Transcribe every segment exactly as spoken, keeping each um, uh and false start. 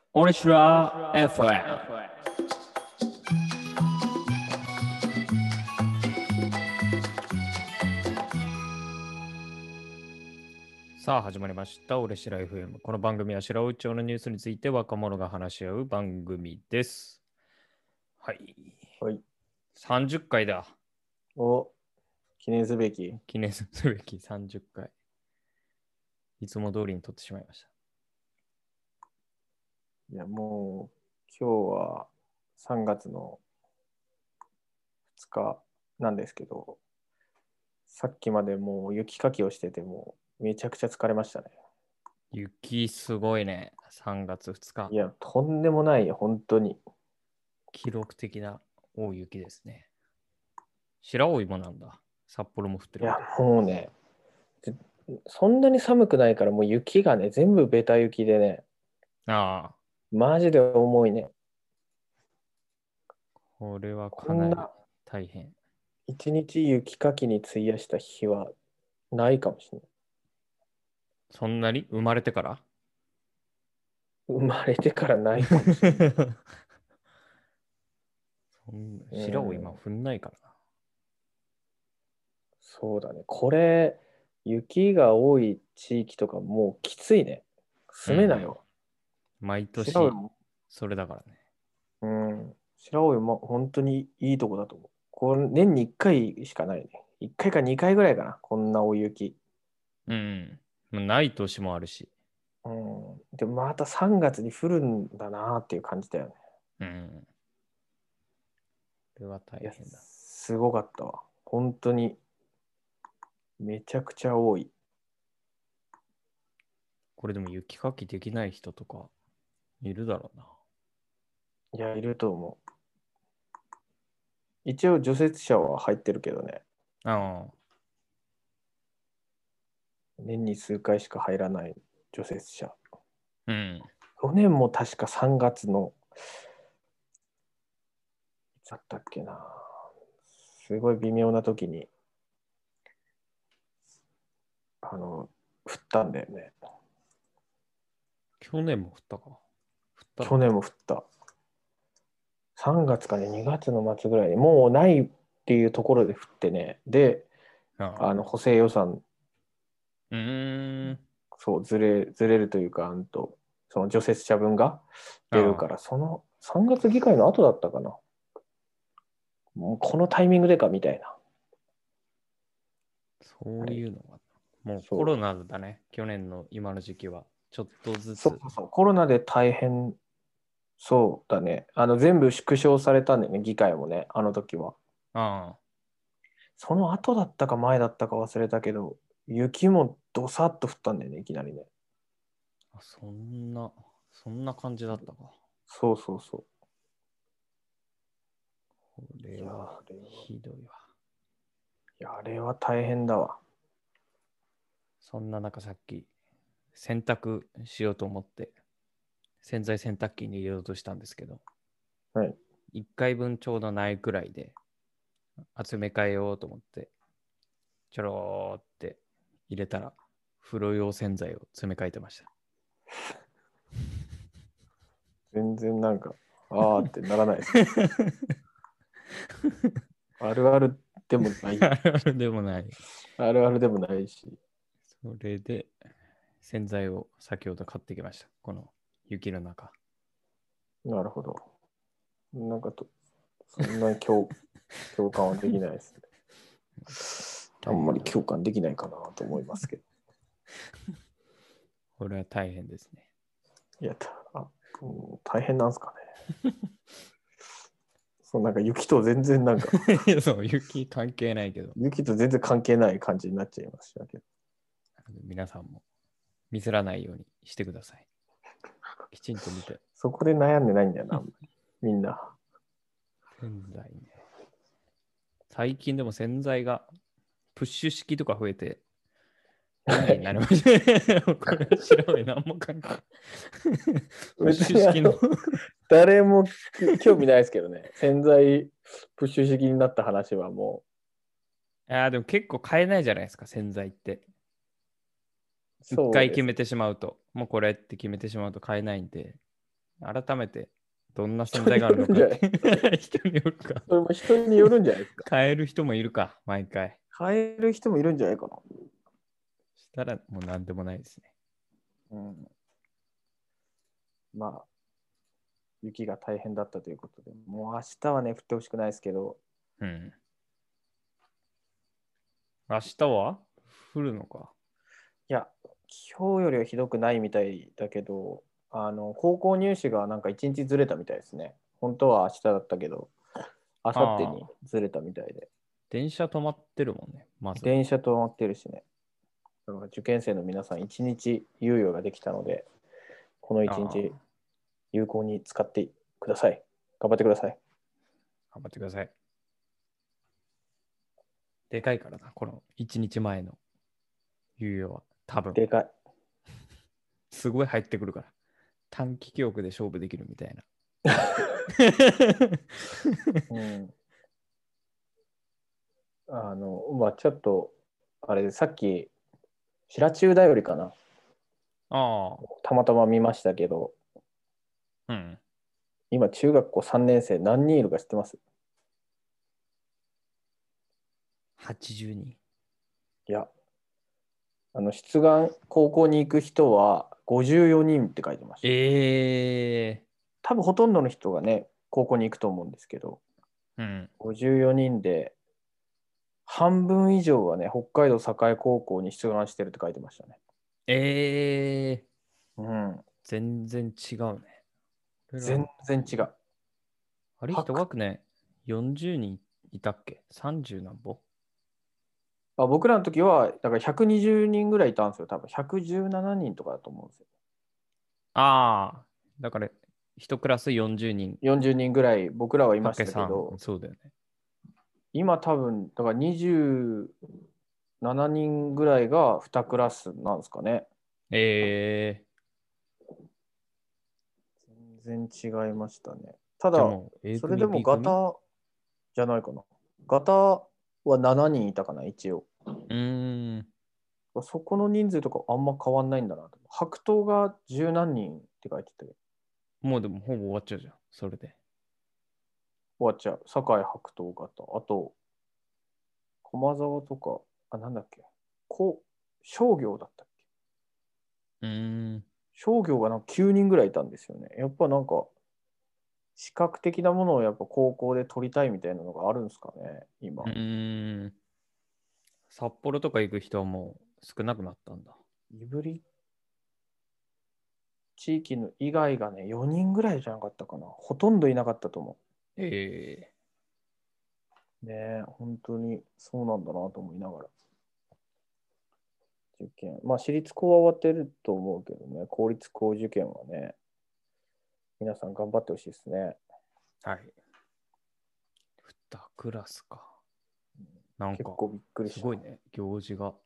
オレシュラ エフエム。さあ始まりました。オレシュラ エフエム。この番組は白尾町のニュースについて若者が話し合う番組です。はい。 はい。 さんじゅっかいだ。 お、記念すべき。 記念すべきさんじゅっかい。いつも通りに撮ってしまいました。 いや、もう、今日はさんがつのふつかなんですけど、さっきまでもう雪かきをしてて、もうめちゃくちゃ疲れましたね。 雪すごいね。さんがつふつか。 いや、とんでもないよ、本当に。 記録的な大雪ですね。白老もなんだ。札幌も降っていや、 るみたい。 もうね、そんなに寒くないから、もう雪がね、全部ベタ雪でね、 ああ、 マジで重いね。 これはかなりこんな大変。 一日雪かきに費やした日はないかもしれない。 そんなに生まれてから生まれてからないかもしれない。 そんなう白を今ん、 降んないからな。 そうだね。これ、雪が多い地域とかもうきついね。住めないわ。 毎年白老も、 それだからね。 うん。白老も本当にいいとこだと思う。これ年にいっかいしかないね。いっかいかにかいぐらいかな。こんな大雪。 うん。もうない年もあるし。 うん。で、またさんがつに降るんだなっていう感じだよね。 うん。これは大いや、 変だ。 すごかったわ。本当にめちゃくちゃ多い。 これでも雪かきできない人とかいるだろうな。 いや、いると思う。一応除雪車は入ってるけどね。 ああ。 年に数回しか入らない除雪車。 うん。 去年も確かさんがつの、いつだったっけな。すごい微妙な時に、あの、降ったんだよね。 去年も降ったか。降ったのか。 去年も降った。さんがつかね、にがつの末ぐらいに、もうないっていうところで降ってね。で、 ああ。 あの補正予算、 うーん。 そう、ずれ、ずれるというか、あんと、その除雪車分が出るああ。 から、そのさんがつ議会の後だったかな。もうこのタイミングでかみたいな。 そうはい、 いうのが。もうコそう。 ロナだね。去年の今の時期は。ちょっとずつ。 そうそうそう。コロナで大変そうだね。あの、全部縮小されたんだよね、議会もね、あの時は。 ああ。 その後だったか前だったか忘れたけど、雪もどさっと降ったんだよね、いきなりね。 あそんな、そんな感じだったか。 そうそうそこう。いや、 れはあれは、 ひどいわ。 いや、あれは大変だわ。 そんな中さっき洗濯しようと思って洗剤洗濯機に入れようとしたんですけど、 はい。 いっかいぶんちょうどないくらいで集め替えようと思ってちょろーって入れたら風呂用洗剤を詰め替えてました。 全然なんか、あーってならないですね。あるあるでもない。 あるあるでもない。 あるあるでもないし。 それで洗剤を先ほど買ってきました。この雪の中。 なるほど。なんかと、そんなに共共感はできないですね。あんまり共感できないかなと思いますけど。 これは大変ですね。 いや、たあうん、大変なんですかね。そうなんか雪と全然なんかそう、雪関係ないけど、 雪と全然関係ない感じになっちゃいましたけど。 皆さんもミスらないようにしてください。きちんと見て。 そこで悩んでないんだよな、みんな。 洗剤ね。最近でも洗剤がプッシュ式とか増えて便利になりましたね。これ調べ何も関係ない。プッシュ式の誰も興味ないですけどね。洗剤プッシュ式になった話はもいやでも結構買えないじゃないですか、洗剤って。 う、 一そうです。 回決めてしまうと、もうこれって決めてしまうと買えないんで、 改めてどんな存在があるのかって人によるか。 それも人によるんじゃないですか。 変える人もいるか、毎回。 変える人もいるんじゃないかな。 したらもう何でもないですね。 うん、まあ、雪が大変だったということで、もう明日はね、降ってほしくないですけど、 うん。明日は降るのか。 いや、今日よりはひどくないみたいだけど、あの高校入試がなんかいちにちずれたみたいですね。本当は明日だったけど、明後日にああ、 ずれたみたいで。 電車止まってるもんね、まず。 電車止まってるしね。だから受験生の皆さん、いちにち猶予ができたので、この1 ああ、 日有効に使ってください。頑張ってください。 頑張ってください。でかいからな、このいちにちまえの猶予は。多分、 でかい。 すごい入ってくるから。短期記憶で勝負できるみたいな。 うん、あの、まあちょっと、あれで、さっき、白中だよりかな。 ああ、 たまたま見ましたけど、 うん。 今、中学校さんねん生何人いるか知ってます？ はちじゅうにん。 いや、あの出願、高校に行く人はごじゅうよにんって書いてました。 ええ多分ほとんどの人がね、高校に行くと思うんですけど、 ー。うん。 ごじゅうよにんで、半分以上はね、北海道栄高校に出願してるって書いてましたね。 ええー。 うん。 全然違うね。俺ら全然違う。 あれ、一は学年よんじゅうにんいたっけ？ さんじゅう 何ぼ？ あ僕らの時は、だからひゃくにじゅうにんぐらいいたんですよ。多分ひゃくじゅうななにんとかだと思うんですよ。 ああ、だから一クラスよんじゅうにんよんじゅうにんぐらい僕らはいましかけさん。 たけど、 そうだよね。 今多分、だからにじゅうななにんぐらいがにクラスなんですかね。 ええ全然違いましたね。たー。じゃあだ、 もう A 組、 それでも B 組？ ガタじゃないかな。ガタはしちにんいたかな、一応。 うーん。 そこの人数とかあんま変わんないんだなと。白桃が十何人って書いてて、 もうでもほぼ終わっちゃうじゃん。それで。 終わっちゃう。堺白桃型。あと、駒沢とか、あ、なんだっけ。こう、商業だったっけ。 うーん。 商業がなんかきゅうにんぐらいいたんですよね。やっぱなんか、視覚的なものをやっぱ高校で取りたいみたいなのがあるんですかね、今。 うーん。札幌とか行く人はもう少なくなったんだ。 いぶり地域の以外がね、よにんぐらいじゃなかったかな。ほとんどいなかったと思ええう。ねえ、本当にそうなんだなと思いながら。受験。まあ、私立校は終わってると思うけどね、公立校受験はね、皆さん頑張ってほしいですね。 ー。はい。にクラスか。なんか、 結構びっくりした。 すごいね、行事が。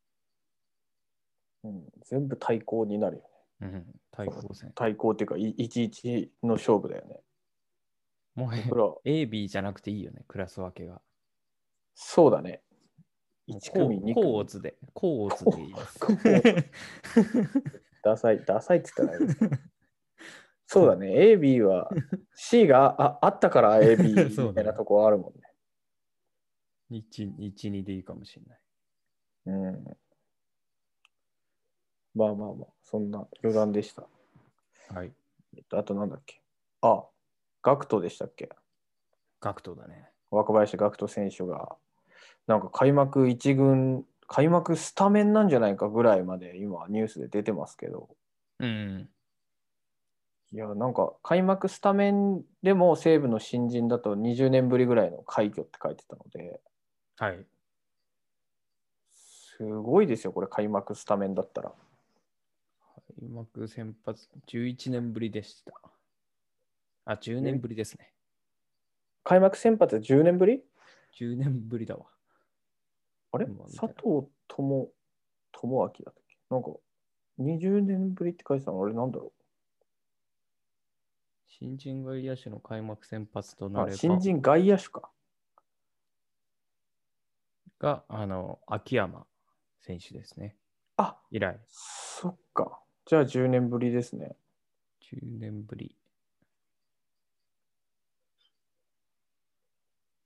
うん、全部対抗になるよね。 うん、対抗戦。 対抗っていうか、いちいちの勝負だよね。 もう僕ら、 A、B じゃなくていいよね、クラス分けが。 そうだね。 もういち組、 こう、 に組。 こう図で、こう図で言います。 こうダサい、ダサいって言ったらあれですけど。そうだこね。A、B は C がああったから A、 う。 B そうだね。 みたいなとこあるもんね。 いち、いち、にでいいかもしれない。 うん。まあまあまあ、そんな余談でした。 はい。 えっと、あとなんだっけ。あ、ガクトでしたっけ。 ガクトだね。 若林ガクト選手が、なんか開幕一軍、開幕スタメンなんじゃないかぐらいまで今ニュースで出てますけど、 うん。 いや、なんか開幕スタメンでも西武の新人だとにじゅうねんぶりぐらいの快挙って書いてたので、 はい。 すごいですよ、これ開幕スタメンだったら。 開幕先発、じゅういちねんぶりでした。あ、じゅうねんぶりですね。 開幕先発じゅうねんぶり。 じゅうねんぶりだわ。 あれ今見たら佐藤智智明だったっけ。なんかにじゅうねんぶりって書いてたのあれなんだろ新人外野手の開幕先発とう。あ、 なれば、 新人外野手か。 が、あの、秋山選手ですね。 あ、 以来、 そっか。じゃあじゅうねんぶりですね。 じゅうねんぶり。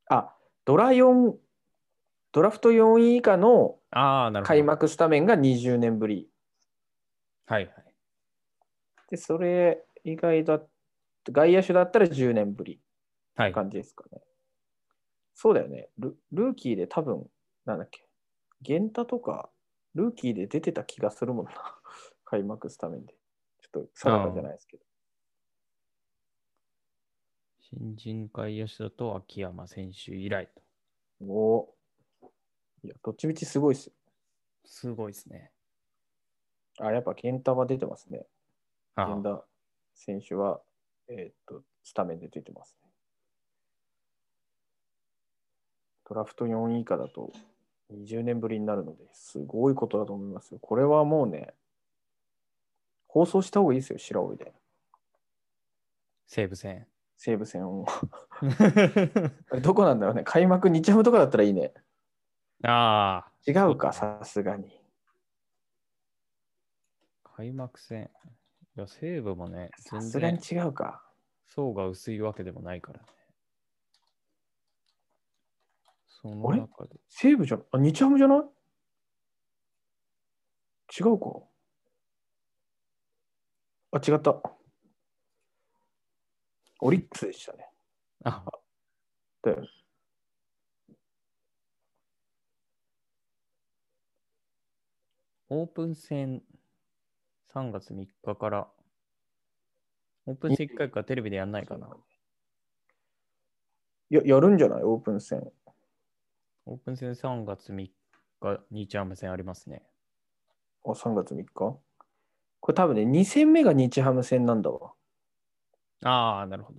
あ、ドラよん、ドラフトよんい以下のああ、なるほ開ど。 幕スタメンがにじゅうねんぶり。 はいはい。 で、それ以外だ、外野手だったらじゅうねんぶりってはい。 感じですかね。そうだよね。ル、ルーキーで多分、なんだっけ、源太とか、ルーキーで出てた気がするもんな。開幕スタメンで。ちょっと定かじゃないああ。 ですけど。 新人外野手だと秋山選手以来と。 おいや、どっちみちすごいっすよ。 すごいですね。 あ、やっぱ源太は出てますね。 ああ。 源田選手は、えーっと、スタメンで出てますね。ドラフトよんい以下だとにじゅうねんぶりになるので、すごいことだと思いますよ。これはもうね、放送した方がいいですよ、白老で。 西武戦。 西武戦を。あれどこなんだろうね。開幕日ハムとかだったらいいね。 ああ、 違うか、 そうだね。 さすがに。 開幕戦。いや、西武もね、 さ全然すがに違うか。 層が薄いわけでもないからね。そのあれ中で。 西武じゃ、あ、日ハムじゃない違うか。あ、違った。オリックスでしたね。 あ、 だよね。 オープン戦さんがつみっかから、オープン戦いっかいかテレビでやんないかな。 いや、やるんじゃないオープン戦。 オープン戦さんがつみっか、日ハム戦ありますね。 あ、さんがつみっか。これ多分ね、に戦目が日ハム戦なんだわ。 ああ、なるほど。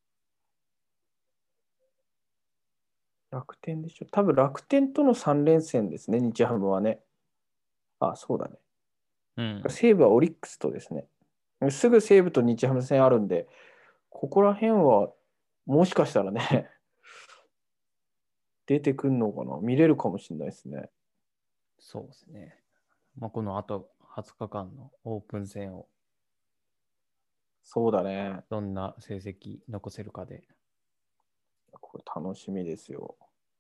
楽天でしょ。多分楽天とのさん連戦ですね、日ハムはね。あ、そうだね。 うん。 西武はオリックスとですね。すぐ西武と日ハム戦あるんで、ここら辺はもしかしたらね、出てくんのかな見れるかもしれないですね。 そうですね。まあ、このあとはつかかんのオープン戦をそうだね。 どんな成績残せるかで。 これ楽しみですよ。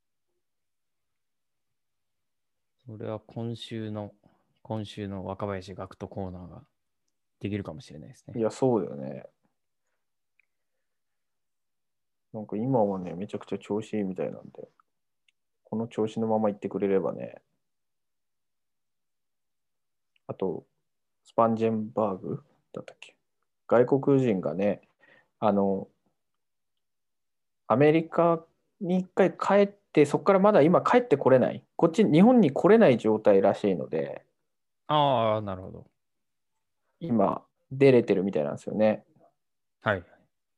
それは今週の、今週の若林学徒コーナーができるかもしれないですね。 いや、そうだよね。なんか今はね、めちゃくちゃ調子いいみたいなんで、この調子のまま行ってくれればね、あと、スパンジェンバーグだったっけ外国人がね、あの、アメリカに一回帰って、そこからまだ今帰ってこれない。こっち、日本に来れない状態らしいので、 ああ、なるほど。 今、出れてるみたいなんですよね。 はい。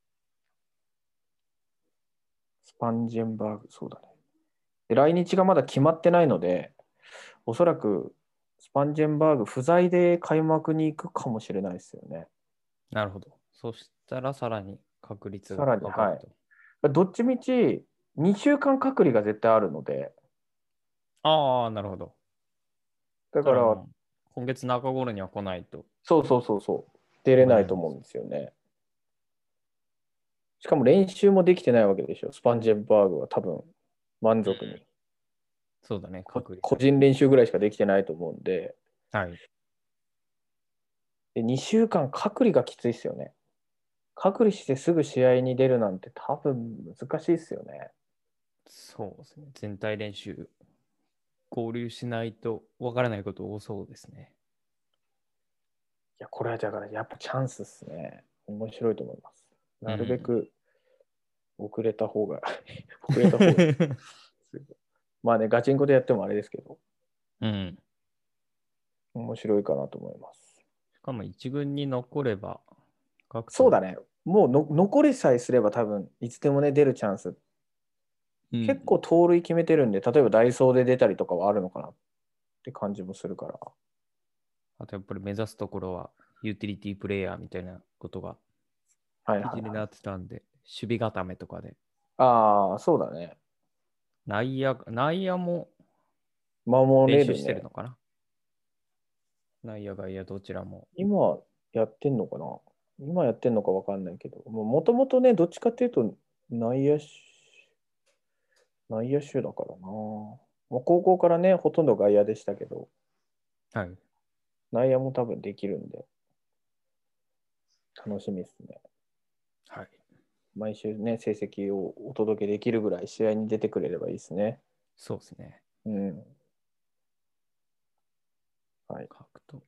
スパンジェンバーグ、そうだね。で来日がまだ決まってないので、おそらくスパンジェンバーグ不在で開幕に行くかもしれないですよね。 なるほど。そしたらさらに確率がさらに、はい。 上がると。 どっちみちにしゅうかん隔離が絶対あるので、 ああ、なるほど。 だから、 たらもう、今月中頃には来ないとそうそうそうそう、出れ間に合います。 ないと思うんですよね。しかも練習もできてないわけでしょ、スパンジェンバーグは多分満うん。 足に。 そうだね、 こ隔離されて。 個人練習ぐらいしかできてないと思うんで、 はい。 でにしゅうかん隔離がきついですよね。隔離してすぐ試合に出るなんて多分難しいですよね。 そうですね。全体練習、合流しないとわからないこと多そうですね。 いや、これはだからやっぱチャンスですね。面白いと思います。なるべうん。 く遅れた方が遅れた方がいい。まあね、ガチンコでやってもあれですけど、 うん。 面白いかなと思います。 しかも一軍に残れば、ガクトも、 そうだね。もうの残りさえすれば多分いつでもね、出るチャンス。 うん。 結構盗塁決めてるんで、例えばダイソーで出たりとかはあるのかなって感じもするから。 あとやっぱり目指すところは、ユーティリティプレイヤーみたいなことがはいはいはい。 記事になってたんで、守備固めとかで、 ああ、そうだね。 内野、内野も守練習してるれるね。 のかな。内野、外野どちらも。 今やってんのかな今やってんのかわかんないけど、もともとね、どっちかっていうと内野手内野手だからな。もう高校からね、ほとんど外野でしたけど、 はい。 内野も多分できるんで、楽しみですね。 はい。 毎週ね、成績をお届けできるぐらい試合に出てくれればいいですね。 そうですね。 うん。はい。 ガクト。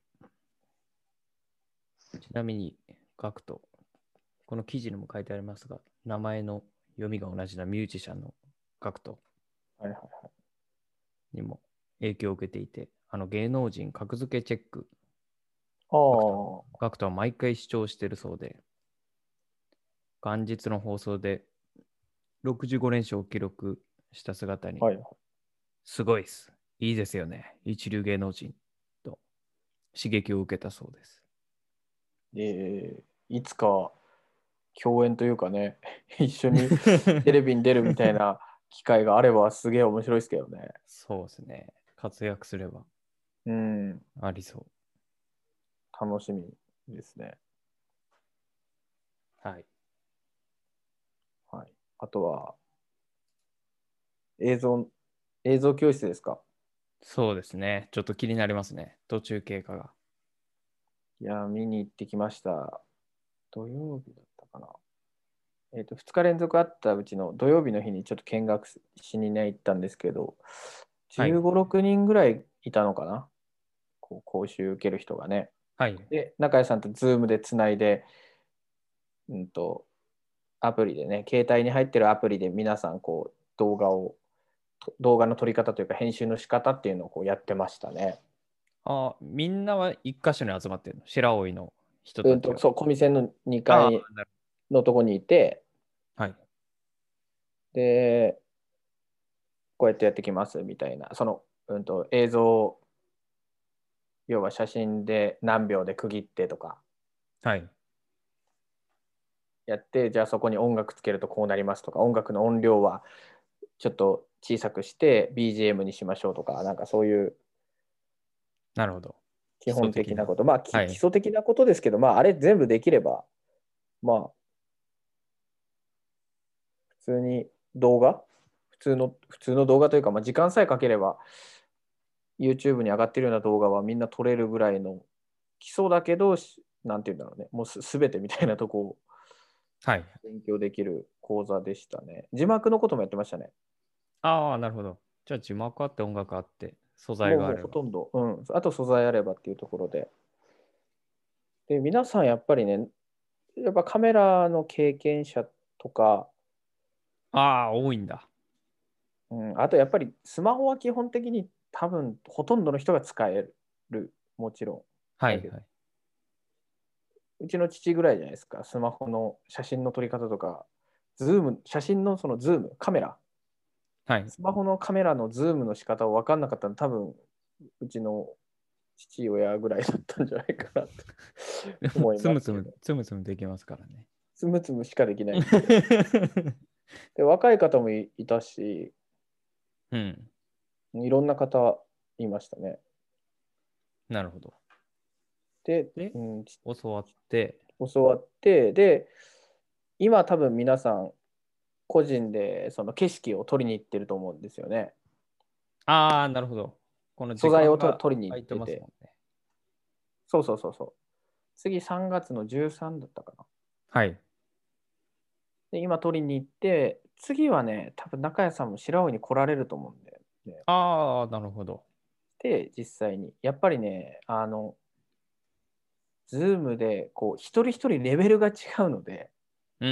ちなみに、ガクト。この記事にも書いてありますが、名前の読みが同じなミュージシャンのガクトはいはいはい。 にも影響を受けていて、あの芸能人格付けチェック、 あガクトあ、 ガクトは毎回視聴しているそうで、元日の放送でろくじゅうご連勝を記録した姿に、 はいはい。 すごいっす。いいですよね。一流芸能人と刺激を受けたそうです。 えーいつか共演というかね、一緒にテレビに出るみたいな機会があればすげえ面白いですけどね。 そうですね。活躍すればうん、 ありそう。 楽しみですね。 はい。 はい。あとは、映像、映像教室ですか？ そうですね。ちょっと気になりますね。途中経過が。 いや、見に行ってきました。土曜日だったかな。えっと、ふつか連続あったうちの土曜日の日にちょっと見学しにね、行ったんですけど、 はい。 じゅうご、ろくにんぐらいいたのかな、こう講習受ける人がね。 はい。 で、中谷さんとズームでつないで、うんと、アプリでね、携帯に入ってるアプリで皆さんこう動画を、動画の撮り方というか編集の仕方っていうのをこうやってましたね。 あ、みんなは一箇所に集まってるの。白老の人うんと、 たちは。 そう、コミセンの2 ああ、 階なるのとこにいて、 はい。 で、こうやってやってきますみたいな、その、うんと、映像、要は写真で何秒で区切ってとかはい。 やって、じゃあそこに音楽つけるとこうなりますとか、音楽の音量はちょっと小さくして ビージーエム にしましょうとか、なんかそういうなるほど。基礎基本的的な。 なこと、まあ基はい。 礎的なことですけど、まああれ全部できれば、まあ普通に動画、普通の、普通の動画というか、まあ時間さえかければ YouTube に上がってるような動画はみんな撮れるぐらいの基礎だけど、なんていうんだろうね、もうすすべてみたいなとこをはい。 勉強できる講座でしたね。字幕のこともやってましたね。 ああ、なるほど。じゃあ字幕あって音楽あって素材もうもうがあれば。 ほとんど、うん、あと素材あればっていうところで。で、皆さんやっぱりね、やっぱカメラの経験者とか、 ああ、多いんだ。 うん、あとやっぱりスマホは基本的に多分ほとんどの人が使える、もちろん。だけど、 はいはい。 うちの父ぐらいじゃないですか、スマホの写真の撮り方とか、ズーム、写真のそのズーム、カメラ、 はい。 スマホのカメラのズームの仕方を分かんなかったの多分、うちの父親ぐらいだったんじゃないかなとでも思いつむつむ、 ますけど、 つむつむできますからね。 つむつむしかできないんで、で若い方もいたし、 うん。 いろんな方いましたね。 なるほど。 で、 で、 うん、 教わって、 教わって、で、今多分皆さん個人でその景色を撮りに行ってると思うんですよね。 ああ、なるほど。この素材を時間がと取りに行空いてってて。 ますもんね。 そうそうそうそう。次さんがつのじゅうさんだったかな。 はい。 で、今取りに行って、次はね、多分中谷さんも白尾に来られると思うんで、ね。 ああ、なるほど。 で、実際に。やっぱりね、あの、ズームで、こう、一人一人レベルが違うので、 うん。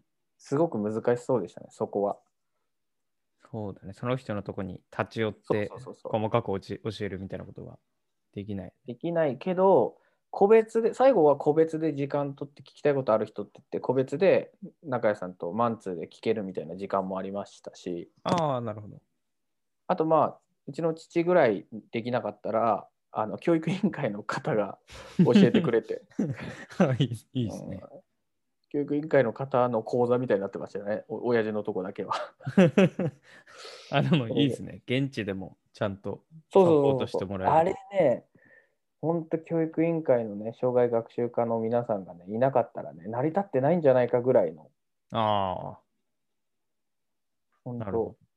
すごく難しそうでしたね、そこは。 そうだね。その人のとこに立ち寄っそうてそうそうそう。 細かく教え教えるみたいなことはできない。 できないけど、個別で、最後は個別で時間取って聞きたいことある人って言って、個別で中谷さんとマンツーで聞けるみたいな時間もありましたし、 ああ、なるほど。 あとまあ、うちの父ぐらいできなかったら、あの教育委員会の方が教えてくれて、 いいいいですうん、 ね。 教育委員会の方の講座みたいになってましたよね、お親父のとこだけは。 あ、でもいいそうですね。現地でもちゃんとそうサポートしてそうそう。あれもらえると。 ね、本当教育委員会のね、障害学習課の皆さんがね、いなかったらね、成り立ってないんじゃないかぐらいの、 ああ、 本当、 なるほど。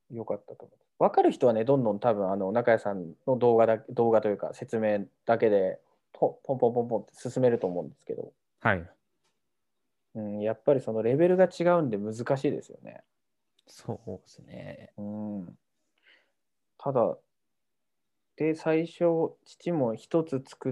良かったと思います。分かる人はね、どんどん多分、あの、中谷さんの動画だ、動画というか、説明だけで、ポポンポンポンポンって進めると思うんですけど、 はい。 うん、やっぱりそのレベルが違うんで難しいですよね。 そうですね。 うん。ただ、で、最初、父も一つ作って、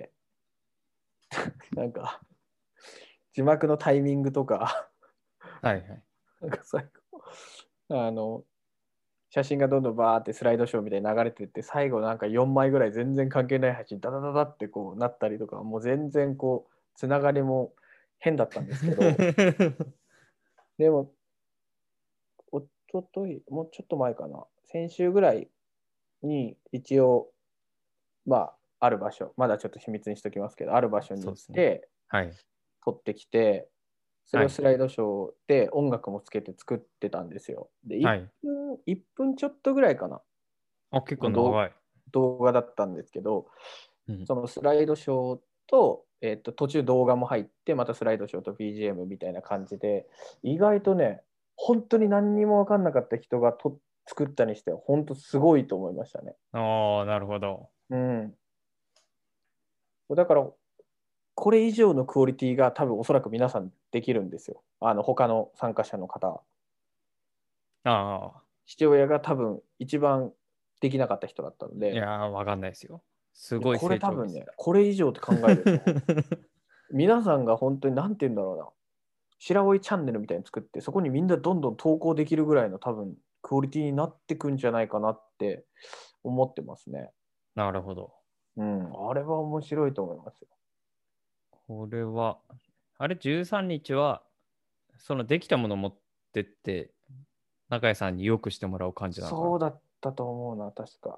なんか、字幕のタイミングとか、 はいはい。 なんか最後、あの、写真がどんどんバーってスライドショーみたいに流れてって、最後なんかよんまいぐらい全然関係ない配信、ダダダダってこうなったりとか、もう全然こう、つながりも変だったんですけど、でも、おととい、もうちょっと前かな、先週ぐらいに一応、まあ、ある場所、まだちょっと秘密にしておきますけど、ある場所に行っそうですね。 て、 はい。 撮ってきて、それはい。 をスライドショーで音楽もつけて作ってたんですよ。で、1 はい。 分、いっぷんちょっとぐらいかな、 あ、結構の動長い。 動画だったんですけど、 うん。 そのスライドショーと、えっと、途中動画も入って、またスライドショーと ビージーエム みたいな感じで、意外とね、本当に何にも分かんなかった人がと作ったにしては、本当すごいと思いましたね。 ああ、なるほど。 うん。だから、これ以上のクオリティが多分おそらく皆さんできるんですよ。あの、他の参加者の方。 ああ、 父親が多分一番できなかった人だったので、 いやー、わかんないですよ。すごいいやこれ成長です。 多分ね、これ以上って考えると、皆さんが本当に何て言うんだろうな、白老チャンネルみたいに作って、そこにみんなどんどん投稿できるぐらいの多分クオリティになってくんじゃないかなって思ってますね。 なるほど。 うん、あれは面白いと思いますよ。 これは、あれ、じゅうさんにちは、そのできたものを持ってって、中谷さんによくしてもらう感じなのかな。 そうだったと思うな、確か。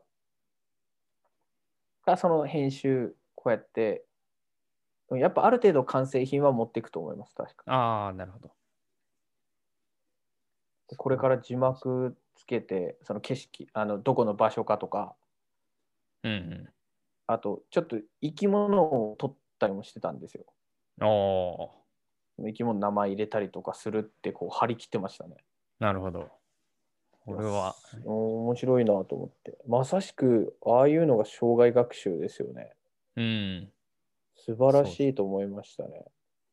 がその編集、こうやって、やっぱある程度完成品は持っていくと思います、確か。 ああ、なるほど。 でこれから字幕つけて、その景色、あのどこの場所かとか、 うん。 あとちょっと生き物を撮ったりもしてたんですよ。 生き物の名前入れたりとかするってこう張り切ってましたね。 なるほど。 いやこれは、 面白いなと思って。まさしくああいうのが障害学習ですよね。 うん、 素晴らそうです。 しいと思いましたね。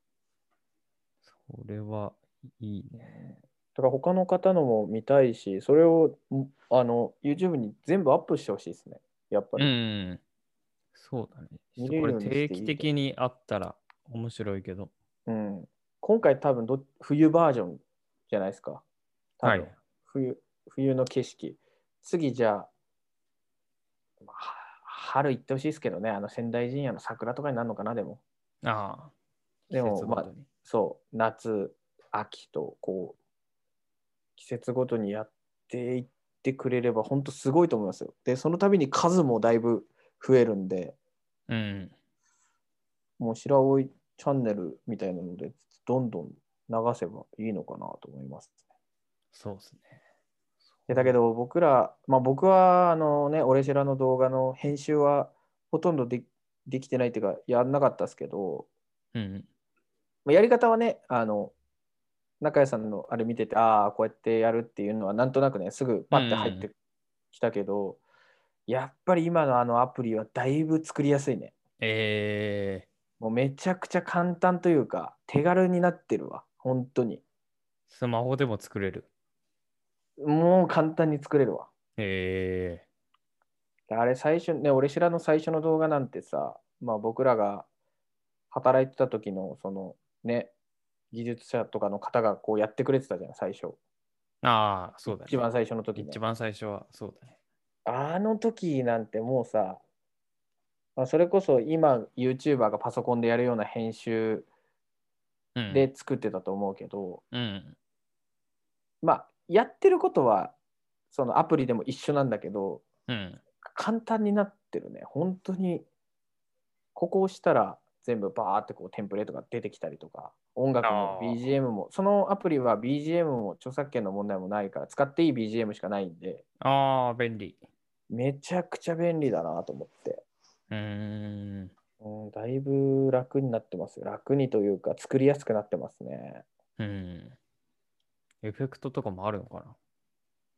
これはいいね。 だから他の方のも見たいし、それをあの YouTube に全部アップしてほしいですね。やっぱうり。 ん、そうだね。ちょっ見とこれれるようにし定期ていいと思的にあったら面白いけど。 う。うん。今回多分ど冬バージョンじゃないですか。多分はい。 冬、冬の景色。次じゃあ、まあ春行ってほしいですけどね。あの仙台陣屋の桜とかになるのかな、でも。 ああ、季でも、まあ、 節ごとに。 そう、夏、秋と、こう、季節ごとにやっていってくれれば、本当すごいと思いますよ。で、その度に数もだいぶ増えるんで、 うん、 もう白老チャンネルみたいなので、どんどん流せばいいのかなと思います。 そうですね。 でそれ、 だけど、僕ら、まあ、僕は、あのね、俺らの動画の編集はほとんどでできてないっていうか、やんなかったですけど、 うん、 まあやり方はね、あの、中谷さんのあれ見てて、ああ、こうやってやるっていうのは、なんとなくね、すぐうん、 パッて入ってきたけど、やっぱり今のあのアプリはだいぶ作りやすいね。 えもうめちゃくちゃ簡単というか、手軽になってるわ。本当に。 ー、スマホでも作れる。 もう簡単に作れるわ。 えあれ最初ね、俺らの最初の動画なんてさ、まあ僕らが働いてた時のそのね、技術者とかの方がこうやってくれてたじゃん、最初。 ー、ああ、そうだね。 一番最初の時ね。 一番最初はそうだね。 あの時なんてもうさ、まあ、それこそ今 YouTuber がパソコンでやるような編集うん、 で作ってたと思うけど、 うん、 まあやってることはそのアプリでも一緒なんだけど、 うん。 簡単になってるね。本当にここを押したら全部バーってこうテンプレートが出てきたりとか、音楽もあビージーエム も、そのアプリは ビージーエム も著作権の問題もないから使っていい ビージーエム しかないんで、 あ、ああ、便利。 めちゃくちゃ便利だなと思って。 うーん、 うん、だいぶ楽になってますよ。楽にというか作りやすくなってますね。 うん。エフェクトとかもあるのかな。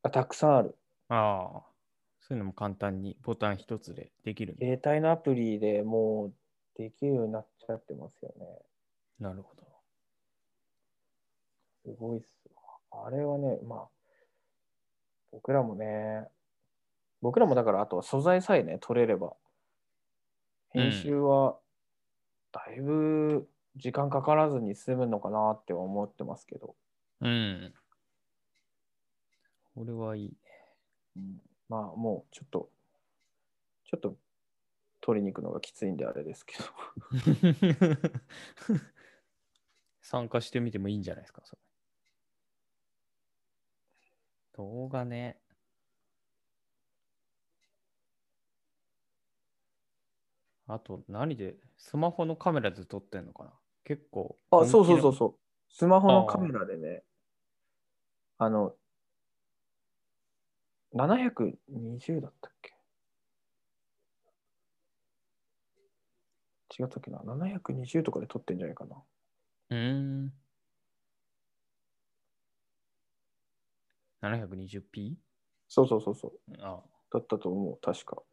あ、たくさんある。 ああ、そういうのも簡単にボタン一つでできるんだ。 携帯のアプリでもうできるようになっちゃってますよね。 なるほど。 すごいっすわ。あれはね、まあ、僕らもね、僕らもだから、あとは素材さえね、取れれば、編うん。 集はだいぶ時間かからずに済むのかなって思ってますけど、 うん。これはいいね。 うん、まあ、もうちょっと、ちょっと取りに行くのがきついんであれですけど。 参加してみてもいいんじゃないですか、それ。動画ね。あと何で、スマホのカメラで撮ってんのかな。結構あ、そう本気の。 そうそうそう。スマホのカああ、 メラでね、あの、ななひゃくにじゅうだったっけ、違ったっけな？ ななひゃくにじゅう とかで撮ってんじゃないかな。 うーん。ななひゃくにじゅうピー？ そうそうそうそう。 ああ、 だったと思う、確か。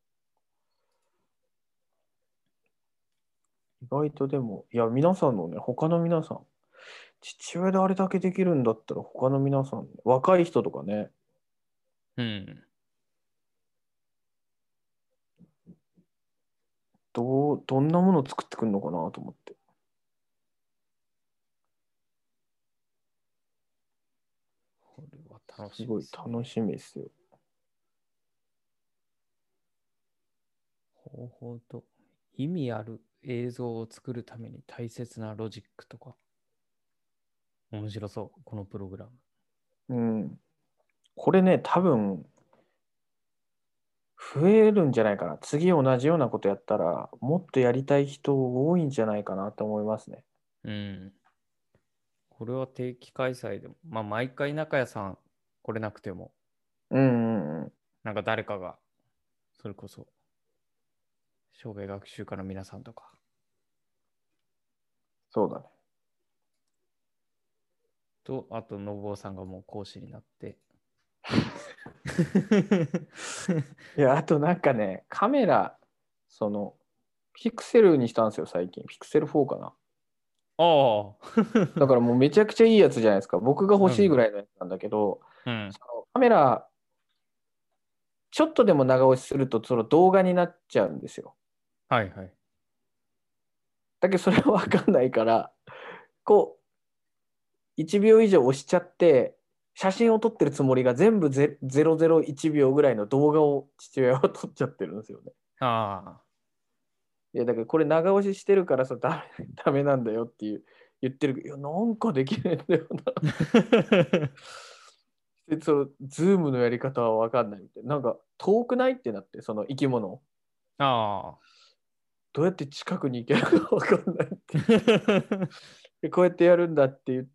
意外とでも、いや、皆さんのね、他の皆さん、父親であれだけできるんだったら、他の皆さん、若い人とかね、 うん。 どう、どんなものを作ってくるのかなと思って。 これは楽しみすごいですね。 楽しみですよ。 方法と意味ある映像を作るために大切なロジックとか。面白そう、このプログラム。 うん。これね、多分、増えるんじゃないかな。次同じようなことやったら、もっとやりたい人多いんじゃないかなと思いますね。 うん。これは定期開催でも、まあ毎回中谷さん来れなくても、 うんうんうん。 なんか誰かが、それこそ、生涯学習家の皆さんとか、 そうだね。 と、あと、信夫さんがもう講師になって。 いや、あとなんかね、カメラ、その、ピクセルにしたんですよ、最近。ピクセルフォーかな。 ああ。 だからもうめちゃくちゃいいやつじゃないですか。僕が欲しいぐうん。 らいのやつなんだけど、 うん。 そのカメラ、ちょっとでも長押しするとその動画になっちゃうんですよ。 はいはい。 だけどそれはわかんないから、こう、いちびょう以上押しちゃって、写真を撮ってるつもりが全部ゼロゼロいちびょうぐらいの動画を父親は撮っちゃってるんですよね。 ああ。 いや、だからこれ長押ししてるからさ、ダメ、ダメなんだよっていう言ってるけど、いや、なんかできないんだよな。で、その、ズームのやり方はわかんないみたいな。なんか、遠くないってなって、その生き物。 ああ。 どうやって近くに行けるかわかんないって言って。で、こうやってやるんだって言って、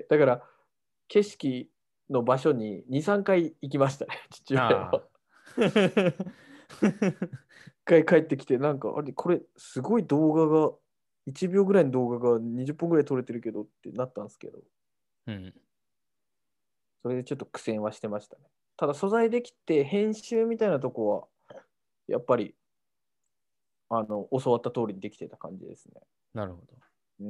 だから、景色の場所にに、さんかい行きましたね、父親あは。 あ。 一回帰ってきて、なんか、あれ、これ、すごい動画が、いちびょうぐらいの動画がにじゅっぷんぐらい撮れてるけどってなったんですけど、 うん。 それでちょっと苦戦はしてましたね。ただ、素材できて、編集みたいなとこは、やっぱり、あの、教わった通りにできてた感じですね。 なるほど。 うん。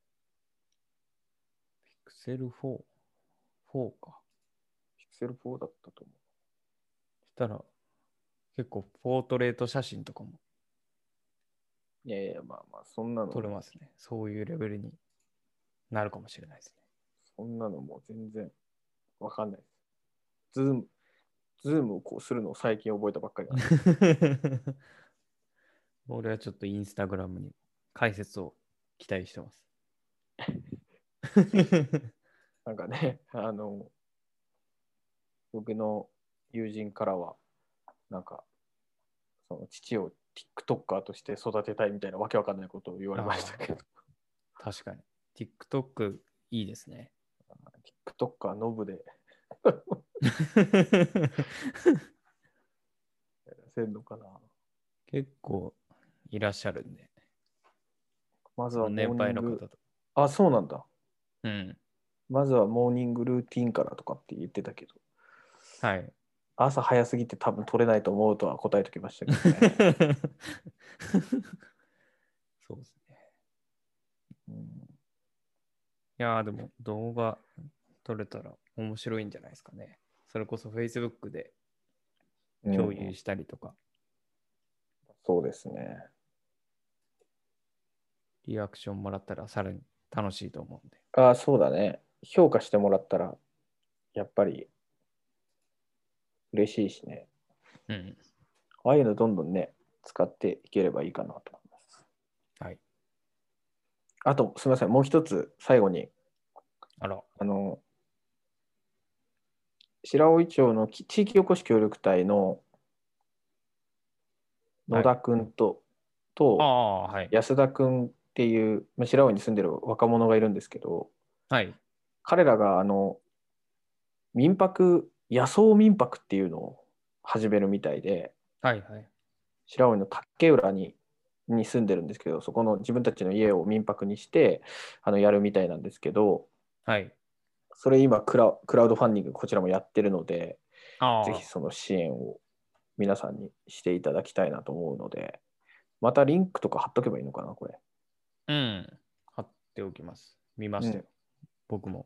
ピクセルフォー。フォーか。 ピクセルフォーだったと思したら、結構ポートレート写真とかもう。いやいや、まあまあ、そんなのね、 撮れますね。そういうレベルになるかもしれないですそんなのもう全然わかんないです。ズーム、ズームをこうするのを最近覚えたばっかりなんで。 ね。俺はちょっとインスタグラムに解説を期待してます。 なんかね、あの、僕の友人からは、なんか、その父を TikToker として育てたいみたいなわけわかんないことを言われましたけど、 確かに。TikTok いいですね。 TikToker ノブでやらせるのかな。 結構いらっしゃるんで、 まずはモその年ーニング、 配の方と。 あ、そうなんだ。 うん。 まずはモーニングルーティンからとかって言ってたけど、 はい。 朝早すぎて多分取れないと思うとは答えときましたけどね。 そうですね。 うん、 いやーでも動画撮れたら面白いんじゃないですかね。それこそ Facebook で共有うん、 したりとか、 そうですね。 リアクションもらったらさらに楽しいと思うんで。 ああ、そうだね。評価してもらったら、やっぱり嬉しいしね。 うん。 ああいうのどんどんね、使っていければいいかなと思います。 はい。 あと、すみません、もう一つ最後に、 あら。 あの、白老町のき地域おこし協力隊の野はい。 田くんと、 あとあ、はい。 安田くんっていう、まあ白老に住んでる若者がいるんですけど、 はい。 彼らがあの民泊、野草民泊っていうのを始めるみたいで、 はい。はい。 白老の竹浦にに住んでるんですけど、そこの自分たちの家を民泊にしてあのやるみたいなんですけど、 はい。 それ今クラ、クラウドファンディングこちらもやってるので、ぜひあその支援を皆さんにしていただきたいなと思うので、またリンクとか貼っとけばいいのかな、これ。 あ、うん。貼っておきます。見まうん。 したよ。僕も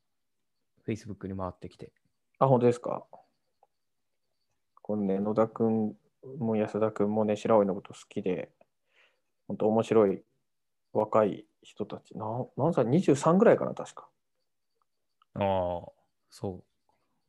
Facebook に回ってきて。 あ、本当ですか。このね、野田くんも安田くんもね、白老のこと好きで、本当面白い若い人たち、な何歳 ?にじゅうさん ぐらいかな、確か。 ああ、そう。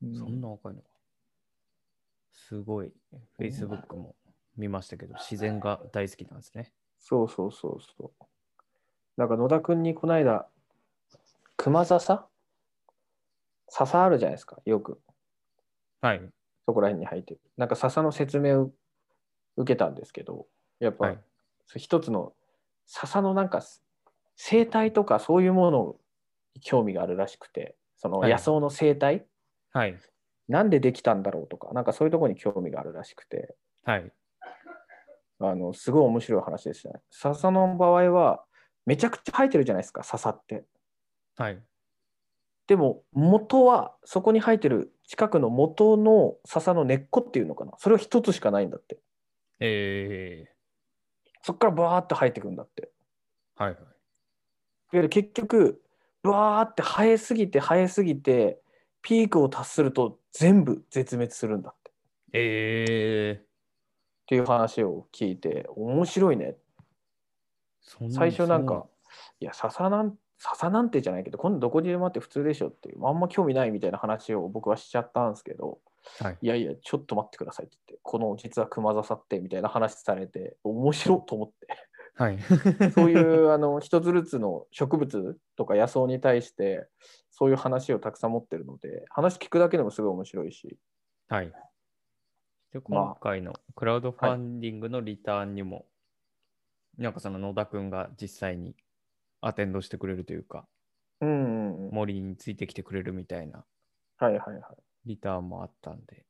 そんうん。 な若いのか。すごい。Facebook も見ましたけど、自然が大好きなんですね。 そうそうそうそう。なんか野田くんにこの間、熊笹笹あるじゃないですか、よく。 はい。 そこら辺に生えてる。なんか笹の説明を受けたんですけど、やっぱはい。 一つの笹のなんか生態とかそういうものに興味があるらしくて、そのはい。 野草の生態、 はい。 なんでできたんだろうとか、なんかそういうところに興味があるらしくて、 はい。 あのすごい面白い話でしたね。笹の場合はめちゃくちゃ生えてるじゃないですか、笹って。 はい。 でも元はそこに生えてる近くの元の笹の根っこっていうのかな、それは一つしかないんだって。 えそこからバーって生えてくんだって。 ー、はい。はい。 で結局バーって生えすぎて生えすぎてピークを達すると全部絶滅するんだってっえー、 ていう話を聞いて面白いね。最そん、 初なんかそうなん。 いや笹なん笹なんてじゃないけど今度どこにでもあって普通でしょっていうあんま興味ないみたいな話を僕はしちゃったんですけど、 はい。 いやいやちょっと待ってくださいって言ってこの実は熊笹ってみたいな話されて面白いと思って、 はい。 そういうあの一つずつの植物とか野草に対してそういう話をたくさん持ってるので話聞くだけでもすごい面白いし、 はい。で、今ま回のクラウドフあはいァンディングのリターンにも、なんかその野田くんが実際にアテンドしてくれるというか、 うんうんうん森についてきてくれるみたいなはいはいはいリターンもあったんで、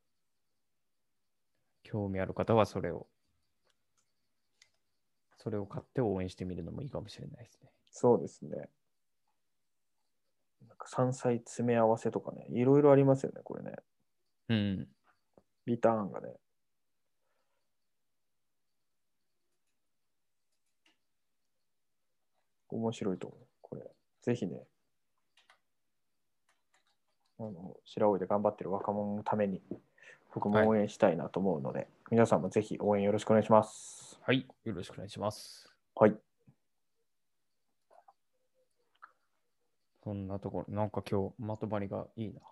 興味ある方はそれを、それを買って応援してみるのもいいかもしれないですね。 そうですね。なんか山菜詰め合わせとかねいろいろありますよねこれね、 うん。 リターンがね。面白いと思うこれ。ぜひね、あの白老で頑張ってる若者のために僕はい。 も応援したいなと思うので、皆さんもぜひ応援よろしくお願いします。 はい。よろしくお願いします。 はい。 そんなところ、なんか今日まとまりがいいな。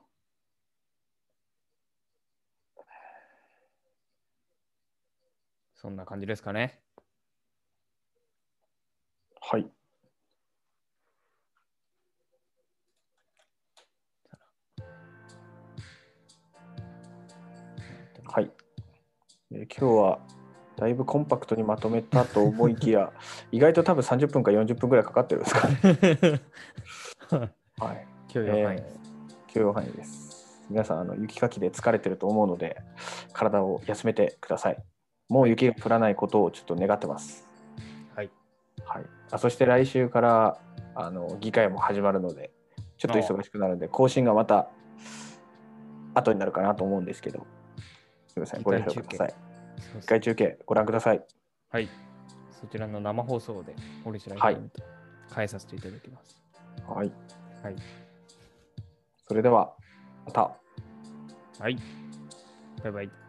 そんな感じですかね。 はい。はい。えー今日はだいぶコンパクトにまとめたと思いきや、意外と多分さんじゅっぷんかよんじゅっぷんぐらいかかってるんですかね。はい。 許容範囲です。 えー、許容範囲です。皆さん、あの雪かきで疲れてると思うので、体を休めてください。もはい。 う雪が降らないことをちょっと願ってます。 はい。 はい。あそして来週からあの議会も始まるので、ちょっとああ、 忙しくなるので、更新がまた後になるかなと思うんですけど、すみません、ご了承ください。議会中継ご覧ください。 はい。そちらの生放送で、俺白井さんと変えさせていただきます。 はい。 はい。 それでは、また。 はい。バイバイ。